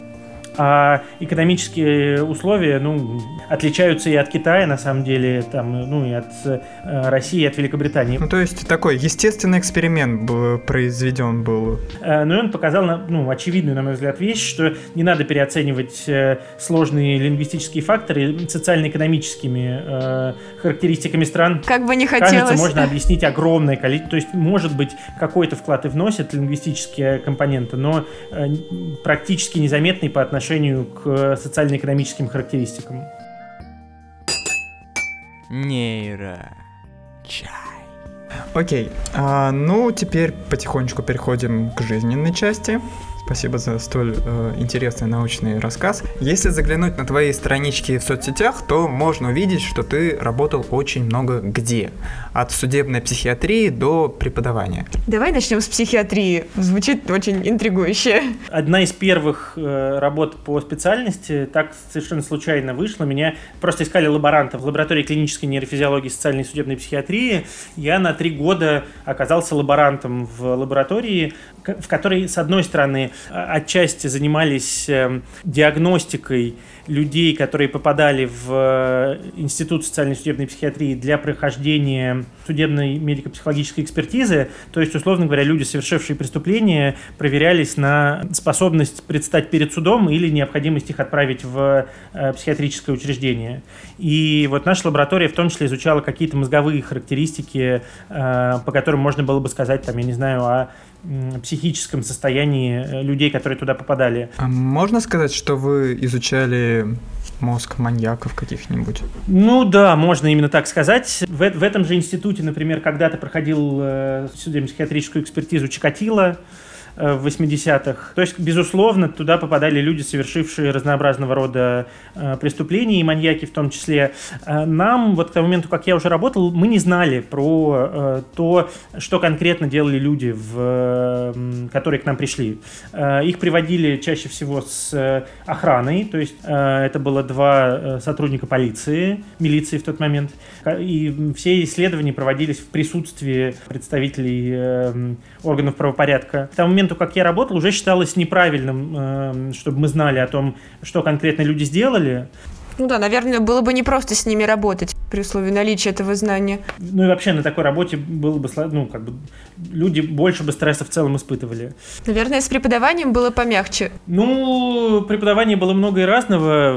а экономические условия, отличаются и от Китая, на самом деле, и от России, и от Великобритании. То есть такой естественный эксперимент произведен был. И он показал, очевидную, на мой взгляд, вещь, что не надо переоценивать сложные лингвистические факторы социально-экономическими характеристиками стран. Как бы не хотелось. Кажется, можно объяснить огромное количество. То есть, может быть, какой-то вклад и вносят лингвистические компоненты, но практически незаметный по отношению к социально-экономическим характеристикам. Нейрочай. Окей, ну теперь потихонечку переходим к жизненной части. Спасибо за столь интересный научный рассказ. Если заглянуть на твои странички в соцсетях, то можно увидеть, что ты работал очень много где. От судебной психиатрии до преподавания. Давай начнем с психиатрии. Звучит очень интригующе. Одна из первых работ по специальности так совершенно случайно вышла. Меня просто искали лаборанта в лаборатории клинической нейрофизиологии, социальной и судебной психиатрии. Я на 3 года оказался лаборантом в лаборатории, в которой, с одной стороны, отчасти занимались диагностикой людей, которые попадали в Институт социальной и судебной психиатрии для прохождения судебной медико-психологической экспертизы. То есть, условно говоря, люди, совершившие преступления, проверялись на способность предстать перед судом или необходимость их отправить в психиатрическое учреждение. И вот наша лаборатория в том числе изучала какие-то мозговые характеристики, по которым можно было бы сказать, там, я не знаю, о психическом состоянии людей, которые туда попадали. А можно сказать, что вы изучали мозг маньяков каких-нибудь? Ну да, можно именно так сказать. В этом же институте, например, когда-то проходил судебно-психиатрическую экспертизу Чикатило в 80-х. То есть, безусловно, туда попадали люди, совершившие разнообразного рода преступления, и маньяки в том числе. Нам, вот к тому моменту, как я уже работал, мы не знали про то, что конкретно делали люди, которые к нам пришли. Их приводили чаще всего с охраной, то есть это было 2 сотрудника милиции в тот момент, и все исследования проводились в присутствии представителей органов правопорядка. К тому моменту, как я работал, уже считалось неправильным, чтобы мы знали о том, что конкретно люди сделали. Ну да, наверное, было бы непросто с ними работать при условии наличия этого знания. Ну и вообще на такой работе было бы, люди больше бы стресса в целом испытывали. Наверное, с преподаванием было помягче. Ну, преподавания было много и разного.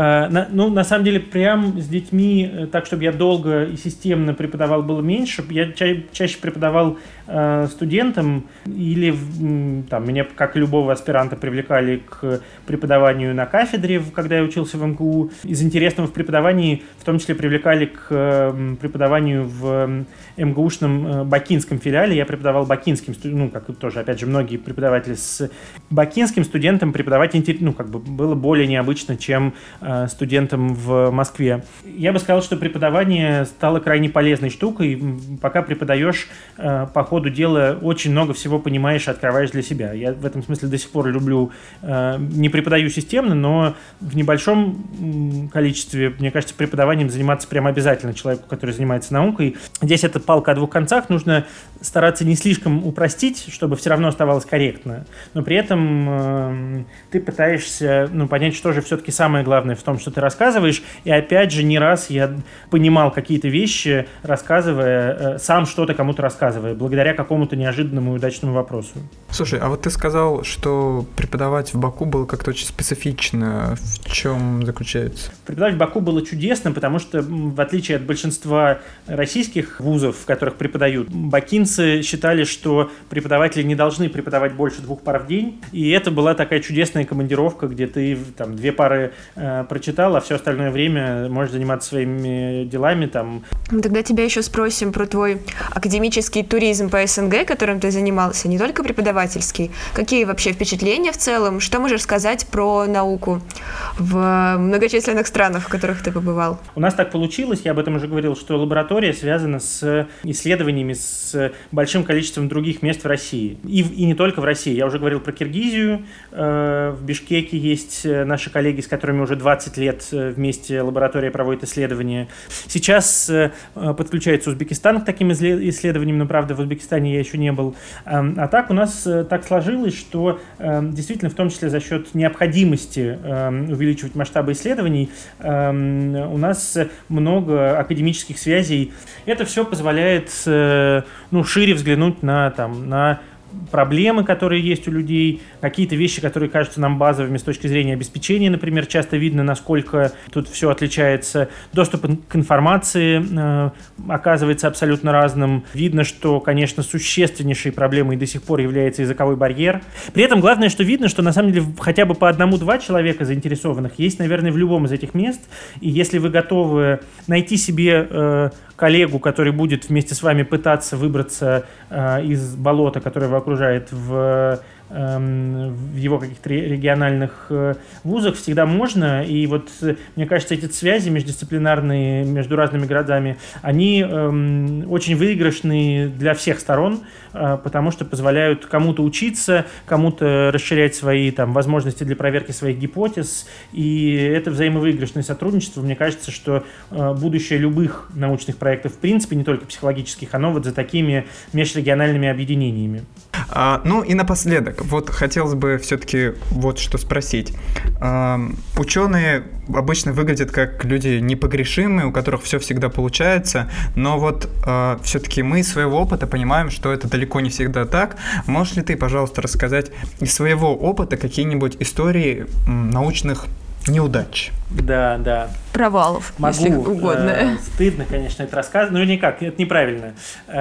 На самом деле, прям с детьми, так, чтобы я долго и системно преподавал, было меньше. Я чаще преподавал студентам или там, меня, как и любого аспиранта, привлекали к преподаванию на кафедре, когда я учился в МГУ. Из интересного в преподавании в том числе привлекали к преподаванию в МГУшном бакинском филиале. Я преподавал бакинским студентам, как и тоже, опять же, многие преподаватели с бакинским студентам преподавать было более необычно, чем студентам в Москве. Я бы сказал, что преподавание стало крайне полезной штукой. Пока преподаешь, по ходу дела очень много всего понимаешь и открываешь для себя. Я в этом смысле до сих пор люблю, не преподаю системно, но в небольшом количестве, мне кажется, преподаванием заниматься прямо обязательно человеку, который занимается наукой. Здесь это палка о 2 концах. Нужно стараться не слишком упростить, чтобы все равно оставалось корректно. Но при этом ты пытаешься понять, что же все-таки самое главное в том, что ты рассказываешь. И опять же, не раз я понимал какие-то вещи, рассказывая, сам что-то кому-то рассказывая, благодаря какому-то неожиданному и удачному вопросу. Слушай, а вот ты сказал, что преподавать в Баку было как-то очень специфично. В чем заключается? Преподавать в Баку было чудесно, потому что, в отличие от большинства российских вузов, в которых преподают, бакинцы считали, что преподаватели не должны преподавать больше 2 пар в день. И это была такая чудесная командировка, где ты там 2 пары прочитал, а все остальное время можешь заниматься своими делами. Тогда тебя еще спросим про твой академический туризм по СНГ, которым ты занимался, не только преподавательский. Какие вообще впечатления в целом? Что можешь сказать про науку в многочисленных странах, в которых ты побывал? У нас так получилось, я об этом уже говорил, что лаборатория связана с исследованиями с большим количеством других мест в России. И не только в России. Я уже говорил про Киргизию. В Бишкеке есть наши коллеги, с которыми уже 20 лет вместе лаборатория проводит исследования. Сейчас подключается Узбекистан к таким исследованиям, но, правда, в Узбекистане я еще не был. А так у нас так сложилось, что действительно, в том числе за счет необходимости увеличивать масштабы исследований, у нас много академических связей. Это все позволяет шире взглянуть на проблемы, которые есть у людей, какие-то вещи, которые кажутся нам базовыми с точки зрения обеспечения, например, часто видно, насколько тут все отличается. Доступ к информации оказывается абсолютно разным. Видно, что, конечно, существеннейшей проблемой до сих пор является языковой барьер. При этом главное, что видно, что на самом деле хотя бы по 1-2 человека заинтересованных есть, наверное, в любом из этих мест. И если вы готовы найти себе коллегу, который будет вместе с вами пытаться выбраться из болота, которое его окружает в его каких-то региональных вузах, всегда можно. И вот, мне кажется, эти связи междисциплинарные между разными городами, они очень выигрышны для всех сторон, потому что позволяют кому-то учиться, кому-то расширять свои возможности для проверки своих гипотез. И это взаимовыигрышное сотрудничество. Мне кажется, что будущее любых научных проектов, в принципе, не только психологических, оно вот за такими межрегиональными объединениями. Ну и напоследок, вот хотелось бы все-таки вот что спросить. Ученые обычно выглядят как люди непогрешимые, у которых все всегда получается, но вот все-таки мы из своего опыта понимаем, что это далеко не всегда так. Можешь ли ты, пожалуйста, рассказать из своего опыта какие-нибудь истории научных неудач? Да. Провалов, могу, если угодно. Стыдно, конечно, это рассказывать. Ну, никак, это неправильно.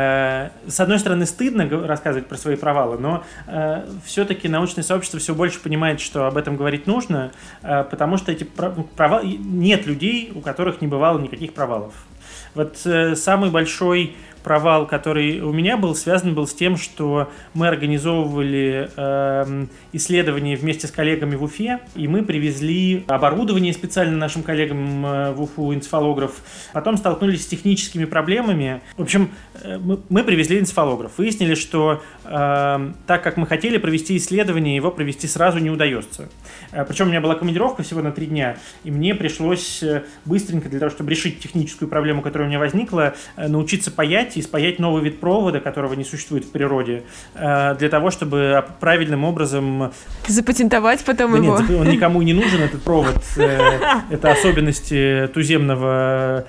С одной стороны, стыдно рассказывать про свои провалы, но все-таки научное сообщество все больше понимает, что об этом говорить нужно, потому что эти провалы... Нет людей, у которых не бывало никаких провалов. Вот самый большой провал, который у меня был, связан был с тем, что мы организовывали исследования вместе с коллегами в Уфе, и мы привезли оборудование специально нашим коллегам в Уфу, энцефалограф. Потом столкнулись с техническими проблемами. В общем, мы привезли энцефалограф. Выяснили, что так как мы хотели провести исследование, его провести сразу не удается. Причем у меня была командировка всего на 3 дня, и мне пришлось быстренько, для того, чтобы решить техническую проблему, которая у меня возникла, научиться паять и спаять новый вид провода, которого не существует в природе, для того, чтобы правильным образом... Запатентовать потом его. Нет, он никому не нужен, этот провод. Это особенности туземного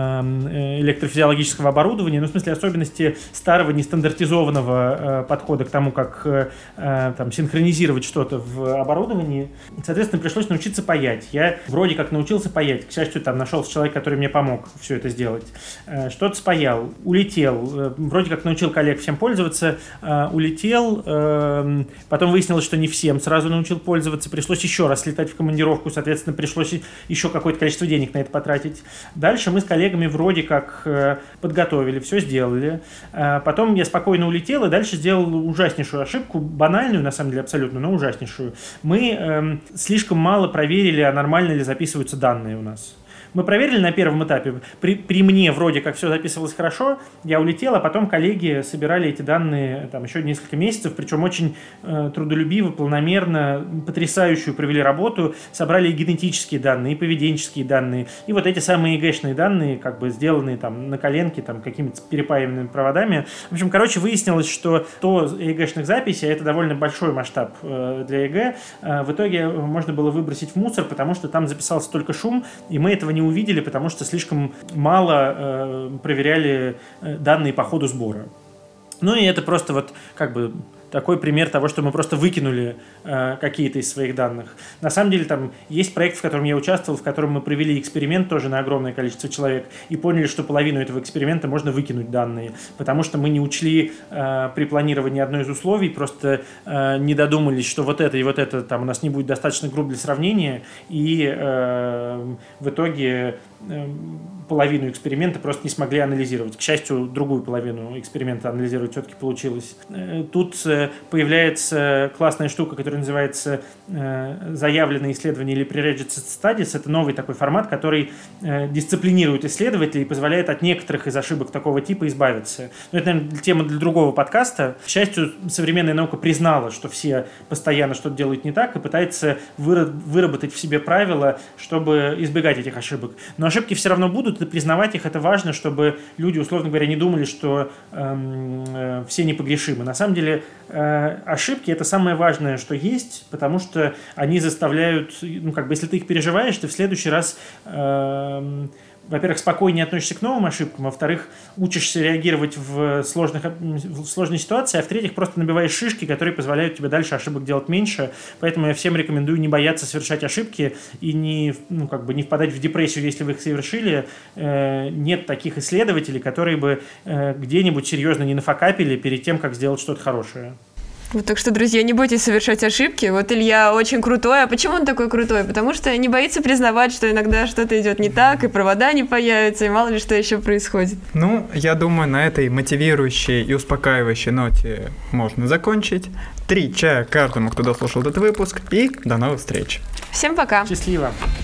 электрофизиологического оборудования, ну, в смысле, особенности старого нестандартизованного подхода к тому, как синхронизировать что-то в оборудовании. Соответственно, пришлось научиться паять. Я вроде как научился паять. К счастью, нашелся человек, который мне помог все это сделать. Что-то спаял, улетел. Вроде как научил коллег всем пользоваться, улетел. Потом выяснилось, что не всем сразу научил пользоваться. Пришлось еще раз слетать в командировку, соответственно, пришлось еще какое-то количество денег на это потратить. Дальше мы с коллегами вроде как подготовили, все сделали. Потом я спокойно улетел и дальше сделал ужаснейшую ошибку, банальную, на самом деле, абсолютно, но ужаснейшую. Мы слишком мало проверили, а нормально ли записываются данные у нас. Мы проверили на первом этапе. При мне вроде как все записывалось хорошо, я улетел, а потом коллеги собирали эти данные еще несколько месяцев, причем очень трудолюбиво, планомерно, потрясающую провели работу, собрали и генетические данные, и поведенческие данные, и вот эти самые ЕГЭшные данные, сделанные на коленке, какими-то перепаянными проводами. В общем, выяснилось, что то ЕГЭшных записей, это довольно большой масштаб для ЕГЭ, в итоге можно было выбросить в мусор, потому что там записался только шум, и мы этого не увидели, потому что слишком мало проверяли данные по ходу сбора. Ну и это просто такой пример того, что мы просто выкинули какие-то из своих данных. На самом деле есть проект, в котором я участвовал, в котором мы провели эксперимент тоже на огромное количество человек и поняли, что половину этого эксперимента можно выкинуть данные, потому что мы не учли при планировании одно из условий, просто не додумались, что вот это и вот это у нас не будет достаточно групп для сравнения, и в итоге половину эксперимента просто не смогли анализировать. К счастью, другую половину эксперимента анализировать все-таки получилось. Тут появляется классная штука, которая называется заявленные исследования или preregistered studies. Это новый такой формат, который дисциплинирует исследователей и позволяет от некоторых из ошибок такого типа избавиться. Но это, наверное, тема для другого подкаста. К счастью, современная наука признала, что все постоянно что-то делают не так и пытается выработать в себе правила, чтобы избегать этих ошибок. Но ошибки все равно будут, и признавать их это важно, чтобы люди, условно говоря, не думали, что все непогрешимы. На самом деле ошибки — это самое важное, что есть, потому что они заставляют, если ты их переживаешь, ты в следующий раз во-первых, спокойнее относишься к новым ошибкам, во-вторых, учишься реагировать в сложной ситуации, а в-третьих, просто набиваешь шишки, которые позволяют тебе дальше ошибок делать меньше. Поэтому я всем рекомендую не бояться совершать ошибки и не впадать в депрессию, если вы их совершили. Нет таких исследователей, которые бы где-нибудь серьезно не нафакапили перед тем, как сделать что-то хорошее. Вот, так что, друзья, не бойтесь совершать ошибки. Вот Илья очень крутой. А почему он такой крутой? Потому что не боится признавать, что иногда что-то идет не так, и провода не появятся, и мало ли что еще происходит. Ну, я думаю, на этой мотивирующей и успокаивающей ноте можно закончить. 3 чая каждому, кто дослушал этот выпуск, и до новых встреч. Всем пока. Счастливо.